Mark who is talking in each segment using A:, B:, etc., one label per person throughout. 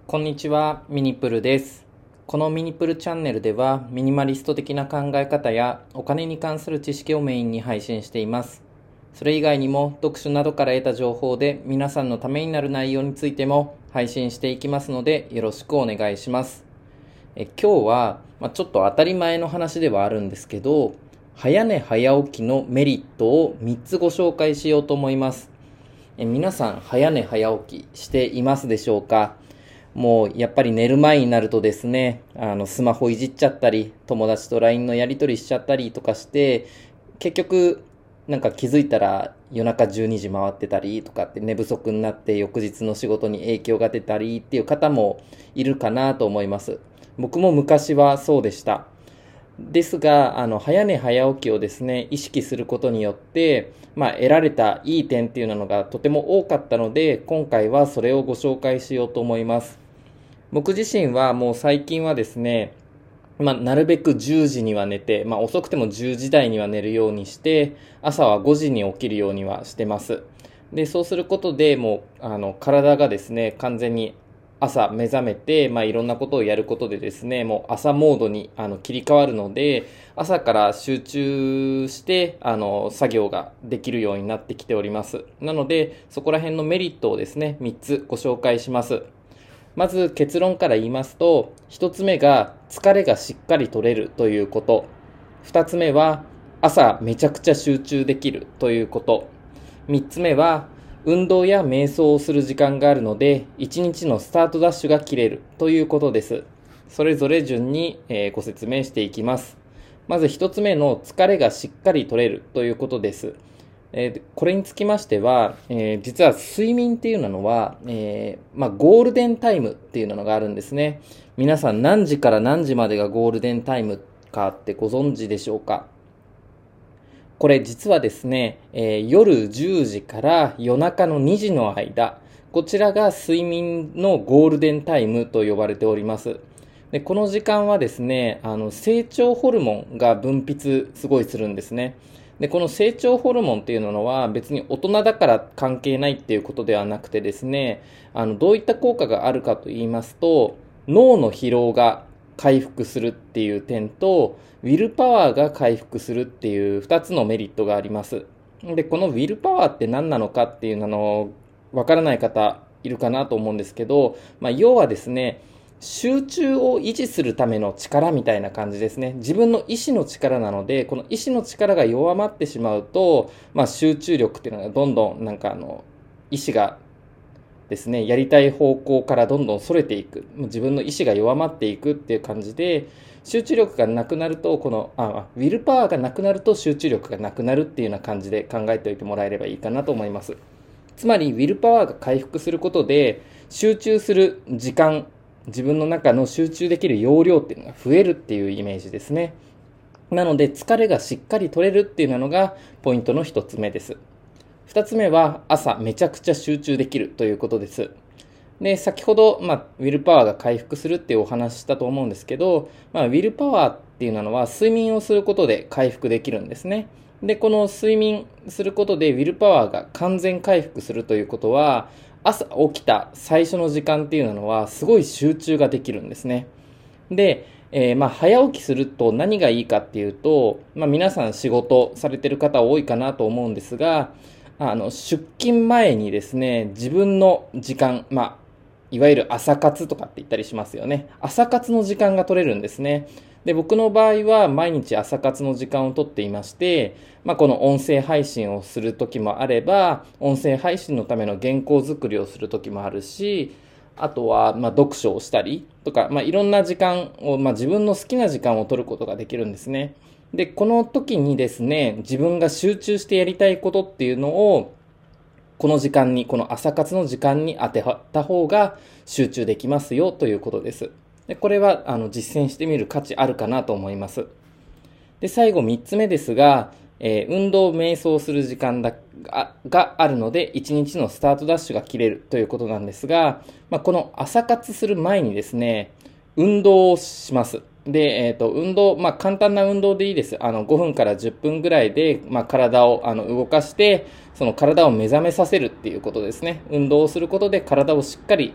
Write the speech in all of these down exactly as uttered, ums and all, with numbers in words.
A: こんにちは、ミニプルです。このミニプルチャンネルでは、ミニマリスト的な考え方やお金に関する知識をメインに配信しています。それ以外にも、読書などから得た情報で皆さんのためになる内容についても配信していきますので、よろしくお願いします。え今日は、まあ、ちょっと当たり前の話ではあるんですけど、早寝早起きのメリットをみっつご紹介しようと思います。え皆さん、早寝早起きしていますでしょうか？もうやっぱり寝る前になるとですね、あのスマホいじっちゃったり、友達と ライン のやり取りしちゃったりとかして、結局なんか気づいたら夜中じゅうにじ回ってたりとかって寝不足になって翌日の仕事に影響が出たりっていう方もいるかなと思います。僕も昔はそうでした。ですが、あの、早寝早起きをですね、意識することによって、まあ、得られたいい点っていうのがとても多かったので、今回はそれをご紹介しようと思います。僕自身はもう最近はですね、まあ、なるべくじゅうじには寝て、まあ、遅くてもじゅうじ台には寝るようにして、朝はごじに起きるようにはしてます。で、そうすることでもう、あの、体がですね、完全に朝目覚めて、まあ、いろんなことをやることでですね、もう朝モードにあの切り替わるので、朝から集中して、あの、作業ができるようになってきております。なので、そこら辺のメリットをですね、みっつご紹介します。まず結論から言いますと、ひとつめが疲れがしっかり取れるということ。ふたつめは朝めちゃくちゃ集中できるということ。みっつめは運動や瞑想をする時間があるので、いちにちのスタートダッシュが切れるということです。それぞれ順に、えーご説明していきます。まずひとつめの疲れがしっかり取れるということです。えーこれにつきましては、えー実は睡眠っていうのは、えーまあ、ゴールデンタイムっていうのがあるんですね。皆さん何時から何時までがゴールデンタイムかってご存知でしょうか？これ実はですね、えー夜じゅうじから夜中のにじの間、こちらが睡眠のゴールデンタイムと呼ばれております。で、この時間はですね、あの、成長ホルモンが分泌すごいするんですね。で、この成長ホルモンっていうのは別に大人だから関係ないっていうことではなくてですね、あの、どういった効果があるかと言いますと、脳の疲労が回復するっていう点と、ウィルパワーが回復するっていうふたつのメリットがあります。で、このウィルパワーって何なのかっていうのをわからない方いるかなと思うんですけど、まあ、要はですね、集中を維持するための力みたいな感じですね。自分の意志の力なので、この意志の力が弱まってしまうと、まあ、集中力っていうのがどんどんなんかあの、意志がですね、やりたい方向からどんどん逸れていく。自分の意志が弱まっていくっていう感じで、集中力がなくなると、この、あ、ウィルパワーがなくなると集中力がなくなるっていうような感じで考えておいてもらえればいいかなと思います。つまり、ウィルパワーが回復することで、集中する時間、自分の中の集中できる容量っていうのが増えるっていうイメージですね。なので、疲れがしっかり取れるっていうのがポイントの一つ目です。二つ目は、朝めちゃくちゃ集中できるということです。で、先ほど、まあ、ウィルパワーが回復するっていうお話したと思うんですけど、まあ、ウィルパワーっていうのは睡眠をすることで回復できるんですね。で、この睡眠することでウィルパワーが完全回復するということは、朝起きた最初の時間っていうのはすごい集中ができるんですね。で、えーまあ、早起きすると何がいいかっていうと、まあ、皆さん仕事されてる方多いかなと思うんですが、あの、出勤前にですね、自分の時間、まあ、いわゆる朝活とかって言ったりしますよね。朝活の時間が取れるんですね。で、僕の場合は毎日朝活の時間をとっていまして、まあ、この音声配信をする時もあれば、音声配信のための原稿作りをする時もあるし、あとは、まあ、読書をしたりとか、まあ、いろんな時間を、まあ、自分の好きな時間を取ることができるんですね。で、この時にですね、自分が集中してやりたいことっていうのを、この時間に、この朝活の時間に当てた方が集中できますよということです。で、これは、あの、実践してみる価値あるかなと思います。で、最後みっつめですが、えー運動、瞑想する時間だががあるので、いちにちのスタートダッシュが切れるということなんですが、まあ、この朝活する前にですね、運動をします。で、えっと、運動、まあ、簡単な運動でいいです。あの、ごふんからじゅっぷんぐらいで、まあ、体を、あの、動かして、その体を目覚めさせるっていうことですね。運動をすることで体をしっかり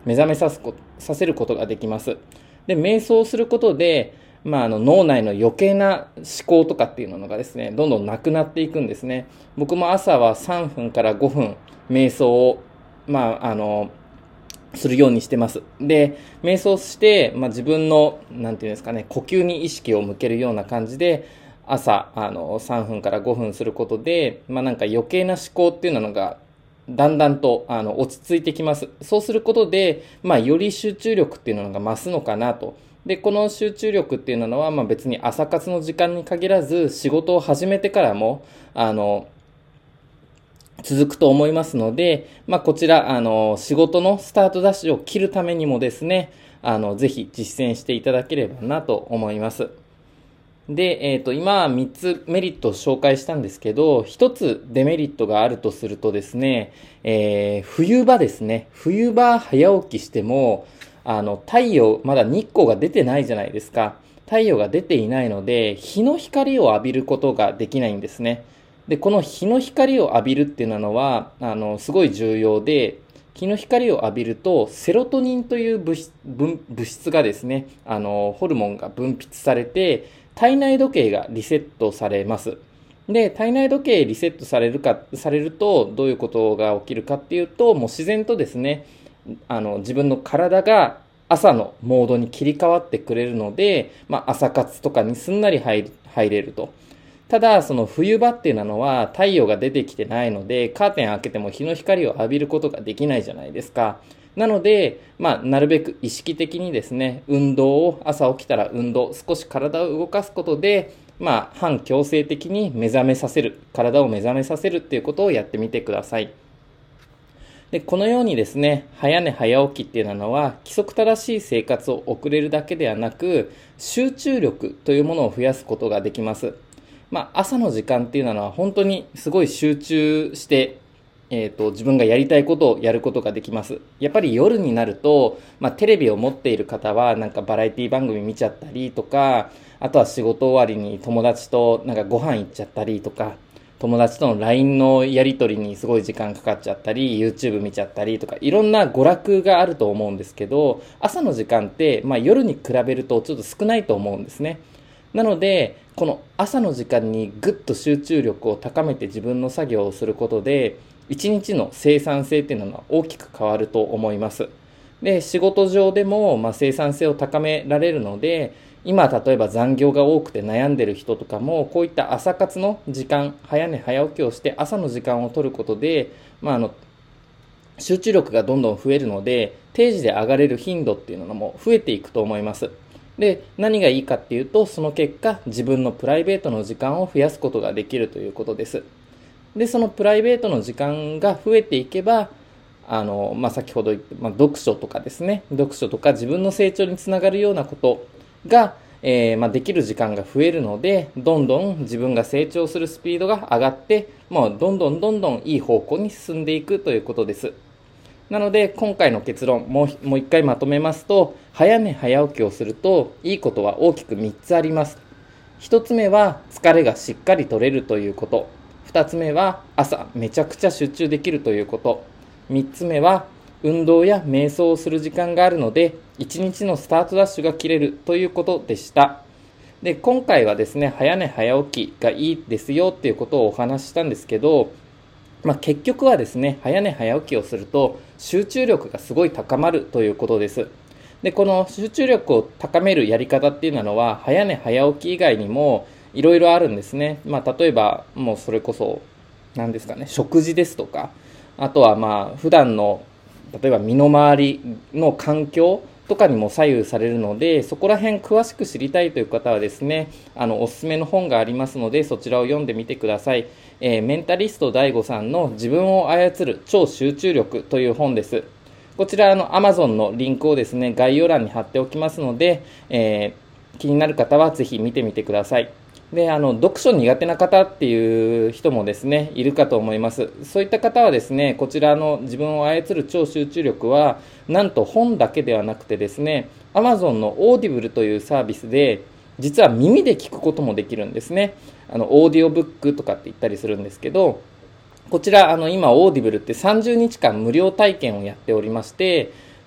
A: 目覚めさすこさせることができます。で、瞑想することで、まあ、あの脳内の余計な思考とかっていうのがですね、どんどんなくなっていくんですね。僕も朝はさんぷんからごふん瞑想を、まあ、あのするようにしてます。で、瞑想して、まあ、自分のなんていうんですかね、呼吸に意識を向けるような感じで朝あのさんぷんからごふんすることで、まあ、なんか余計な思考っていうのがだんだんとあの落ち着いてきます。そうすることで、まあ、より集中力っていうのが増すのかなと。で、この集中力っていうのは、まあ、別に朝活の時間に限らず仕事を始めてからもあの続くと思いますので、まあ、こちらあの仕事のスタートダッシュを切るためにもですね、あのぜひ実践していただければなと思います。で、えっと、今はみっつメリットを紹介したんですけど、ひとつデメリットがあるとするとですね、えー、冬場ですね。冬場早起きしても、あの、太陽、まだ日光が出てないじゃないですか。太陽が出ていないので、日の光を浴びることができないんですね。で、この日の光を浴びるっていうのは、あの、すごい重要で、日の光を浴びると、セロトニンという物質、物質がですね、あの、ホルモンが分泌されて、体内時計がリセットされます。で、体内時計リセットされるか、されると、どういうことが起きるかっていうと、もう自然とですね、あの、自分の体が朝のモードに切り替わってくれるので、まあ、朝活とかにすんなり入入れると。ただ、その冬場っていうのは太陽が出てきてないので、カーテン開けても日の光を浴びることができないじゃないですか。なので、まあ、なるべく意識的にですね、運動を、朝起きたら運動、少し体を動かすことで、まあ、反強制的に目覚めさせる、体を目覚めさせるっていうことをやってみてください。で、このようにですね、早寝早起きっていうのは、規則正しい生活を送れるだけではなく、集中力というものを増やすことができます。まあ、朝の時間っていうのは本当にすごい集中して、えーと、自分がやりたいことをやることができます。やっぱり夜になると、まあ、テレビを持っている方はなんかバラエティ番組見ちゃったりとか、あとは仕事終わりに友達となんかご飯行っちゃったりとか、友達との ライン のやり取りにすごい時間かかっちゃったり、YouTube 見ちゃったりとか、いろんな娯楽があると思うんですけど、朝の時間って、まあ、夜に比べるとちょっと少ないと思うんですね。なので、この朝の時間にぐっと集中力を高めて自分の作業をすることで、一日の生産性っていうのは大きく変わると思います。で、仕事上でも、まあ、生産性を高められるので、今例えば残業が多くて悩んでる人とかも、こういった朝活の時間、早寝早起きをして朝の時間を取ることで、まあ、あの集中力がどんどん増えるので、定時で上がれる頻度っていうのも増えていくと思います。で、何がいいかっていうと、その結果、自分のプライベートの時間を増やすことができるということです。で、そのプライベートの時間が増えていけば、あの、まあ、先ほど言った、まあ、読書とかですね、読書とか自分の成長につながるようなことが、えー、まあ、できる時間が増えるので、どんどん自分が成長するスピードが上がって、もうどんどんどんどんいい方向に進んでいくということです。なので、今回の結論、もう、もう一回まとめますと、早寝早起きをすると、いいことは大きくみっつあります。ひとつめは、疲れがしっかり取れるということ。ふたつめは、朝めちゃくちゃ集中できるということ。みっつめは、運動や瞑想をする時間があるので、一日のスタートダッシュが切れるということでした。で、今回はですね、早寝早起きがいいですよっていうことをお話ししたんですけど、まあ、結局はですね、早寝早起きをすると集中力がすごい高まるということです。で、この集中力を高めるやり方っていうのは、早寝早起き以外にもいろいろあるんですね。まあ、例えば、もうそれこそ、何ですかね、食事ですとか、あとはまあ、普段の、例えば身の回りの環境とかにも左右されるので、そこら辺詳しく知りたいという方はですね、あの、おすすめの本がありますので、そちらを読んでみてください。えー、メンタリスト ダイゴ さんの自分を操る超集中力という本です。こちら、あの、Amazon のリンクをですね、概要欄に貼っておきますので、えー、気になる方はぜひ見てみてください。で、あの、読書苦手な方っていう人もですね、いるかと思います。そういった方はですね、こちらの自分を操る超集中力は、なんと本だけではなくてですね、Amazon の Audible というサービスで、実は耳で聞くこともできるんですね。あの、オーディオブックとかって言ったりするんですけど、こちら、あの、今、オーディブルってさんじゅうにちかん無料体験をやっておりまして、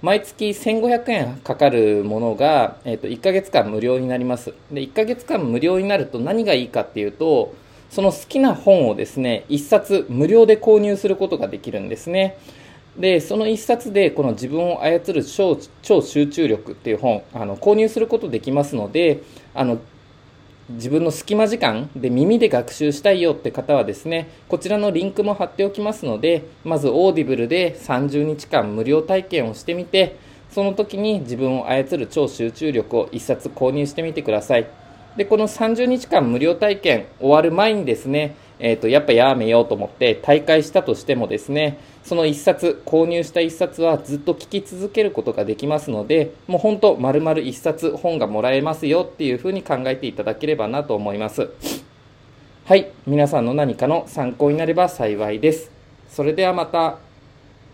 A: 毎月せんごひゃくえんかかるものが、えーと、いっかげつかん無料になります。で、いっかげつかん無料になると何がいいかっていうと、その好きな本をですね、いっさつ無料で購入することができるんですね。で、そのいっさつでこの自分を操る超、超集中力っていう本、あの購入することできますので、あの自分の隙間時間で耳で学習したいよって方はですね、こちらのリンクも貼っておきますので、まずオーディブルでさんじゅうにちかん無料体験をしてみて、その時に自分を操る超集中力をいっさつ購入してみてください。で、このさんじゅうにちかん無料体験終わる前にですね、えっと、やっぱやめようと思って退会したとしてもですね、そのいっさつ、購入したいっさつはずっと聞き続けることができますので、もう本当丸々いっさつ本がもらえますよっていうふうに考えていただければなと思います。はい、皆さんの何かの参考になれば幸いです。それではまた。